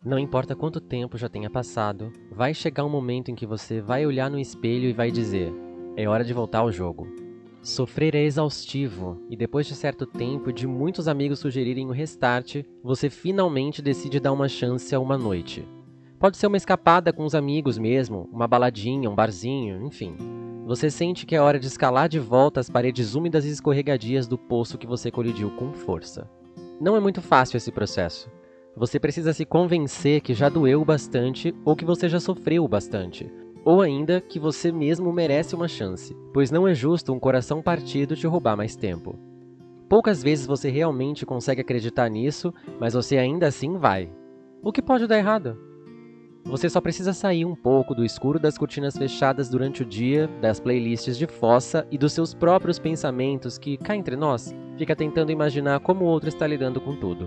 Não importa quanto tempo já tenha passado, vai chegar um momento em que você vai olhar no espelho e vai dizer: é hora de voltar ao jogo. Sofrer é exaustivo, e depois de certo tempo e de muitos amigos sugerirem o restart, você finalmente decide dar uma chance a uma noite. Pode ser uma escapada com os amigos mesmo, uma baladinha, um barzinho, enfim. Você sente que é hora de escalar de volta as paredes úmidas e escorregadias do poço que você colidiu com força. Não é muito fácil esse processo. Você precisa se convencer que já doeu bastante ou que você já sofreu bastante. Ou ainda que você mesmo merece uma chance, pois não é justo um coração partido te roubar mais tempo. Poucas vezes você realmente consegue acreditar nisso, mas você ainda assim vai. O que pode dar errado? Você só precisa sair um pouco do escuro das cortinas fechadas durante o dia, das playlists de fossa e dos seus próprios pensamentos que, cá entre nós, fica tentando imaginar como o outro está lidando com tudo.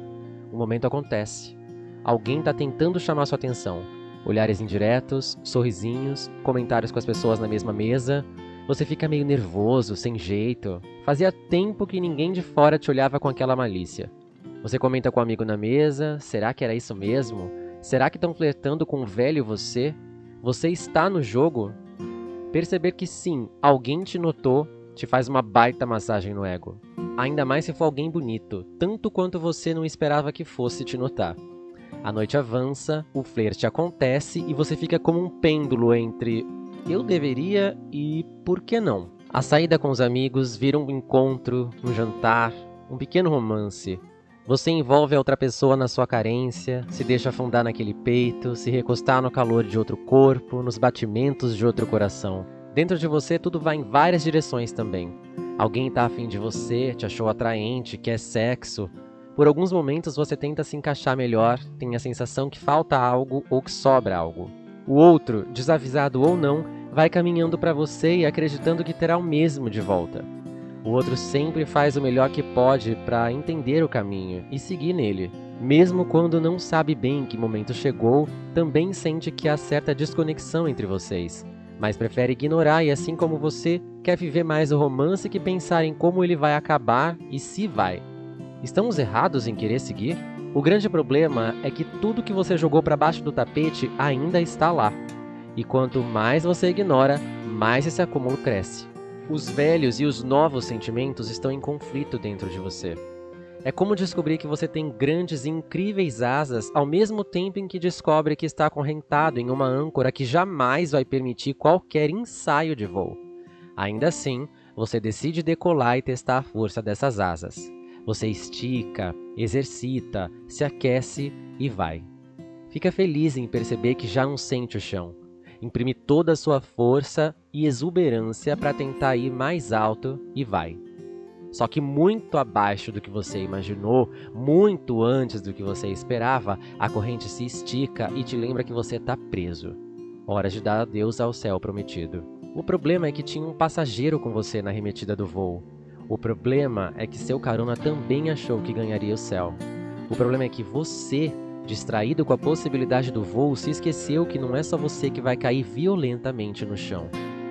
O momento acontece. Alguém está tentando chamar sua atenção. Olhares indiretos, sorrisinhos, comentários com as pessoas na mesma mesa. Você fica meio nervoso, sem jeito. Fazia tempo que ninguém de fora te olhava com aquela malícia. Você comenta com um amigo na mesa: será que era isso mesmo? Será que estão flertando com o velho você? Você está no jogo? Perceber que sim, alguém te notou, te faz uma baita massagem no ego. Ainda mais se for alguém bonito, tanto quanto você não esperava que fosse te notar. A noite avança, o flerte acontece e você fica como um pêndulo entre eu deveria e por que não? A saída com os amigos vira um encontro, um jantar, um pequeno romance. Você envolve a outra pessoa na sua carência, se deixa afundar naquele peito, se recostar no calor de outro corpo, nos batimentos de outro coração. Dentro de você tudo vai em várias direções também. Alguém tá afim de você, te achou atraente, quer sexo. Por alguns momentos você tenta se encaixar melhor, tem a sensação que falta algo ou que sobra algo. O outro, desavisado ou não, vai caminhando para você e acreditando que terá o mesmo de volta. O outro sempre faz o melhor que pode para entender o caminho e seguir nele. Mesmo quando não sabe bem em que momento chegou, também sente que há certa desconexão entre vocês, mas prefere ignorar e, assim como você, quer viver mais o romance que pensar em como ele vai acabar e se vai. Estamos errados em querer seguir? O grande problema é que tudo que você jogou para baixo do tapete ainda está lá. E quanto mais você ignora, mais esse acúmulo cresce. Os velhos e os novos sentimentos estão em conflito dentro de você. É como descobrir que você tem grandes e incríveis asas ao mesmo tempo em que descobre que está acorrentado em uma âncora que jamais vai permitir qualquer ensaio de voo. Ainda assim, você decide decolar e testar a força dessas asas. Você estica, exercita, se aquece e vai. Fica feliz em perceber que já não sente o chão. Imprime toda a sua força e exuberância para tentar ir mais alto e vai. Só que muito abaixo do que você imaginou, muito antes do que você esperava, a corrente se estica e te lembra que você está preso. Hora de dar adeus ao céu prometido. O problema é que tinha um passageiro com você na arremetida do voo. O problema é que seu carona também achou que ganharia o céu. O problema é que você, distraído com a possibilidade do voo, se esqueceu que não é só você que vai cair violentamente no chão.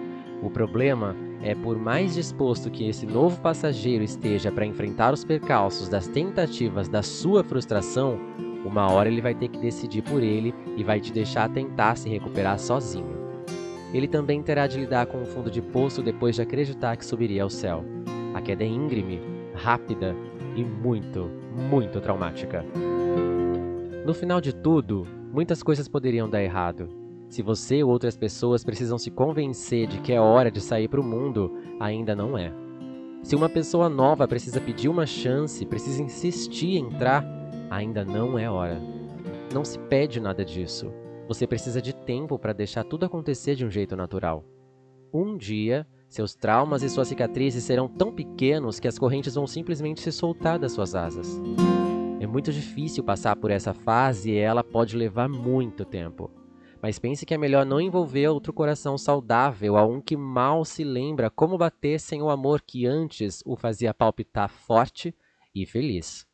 O problema é, por mais disposto que esse novo passageiro esteja para enfrentar os percalços das tentativas da sua frustração, uma hora ele vai ter que decidir por ele e vai te deixar tentar se recuperar sozinho. Ele também terá de lidar com o fundo de poço depois de acreditar que subiria ao céu. A queda é íngreme, rápida e muito, muito traumática. No final de tudo, muitas coisas poderiam dar errado. Se você ou outras pessoas precisam se convencer de que é hora de sair para o mundo, ainda não é. Se uma pessoa nova precisa pedir uma chance, precisa insistir em entrar, ainda não é hora. Não se pede nada disso. Você precisa de tempo para deixar tudo acontecer de um jeito natural. Um dia, seus traumas e suas cicatrizes serão tão pequenos que as correntes vão simplesmente se soltar das suas asas. É muito difícil passar por essa fase e ela pode levar muito tempo. Mas pense que é melhor não envolver outro coração saudável a um que mal se lembra como bater sem o amor que antes o fazia palpitar forte e feliz.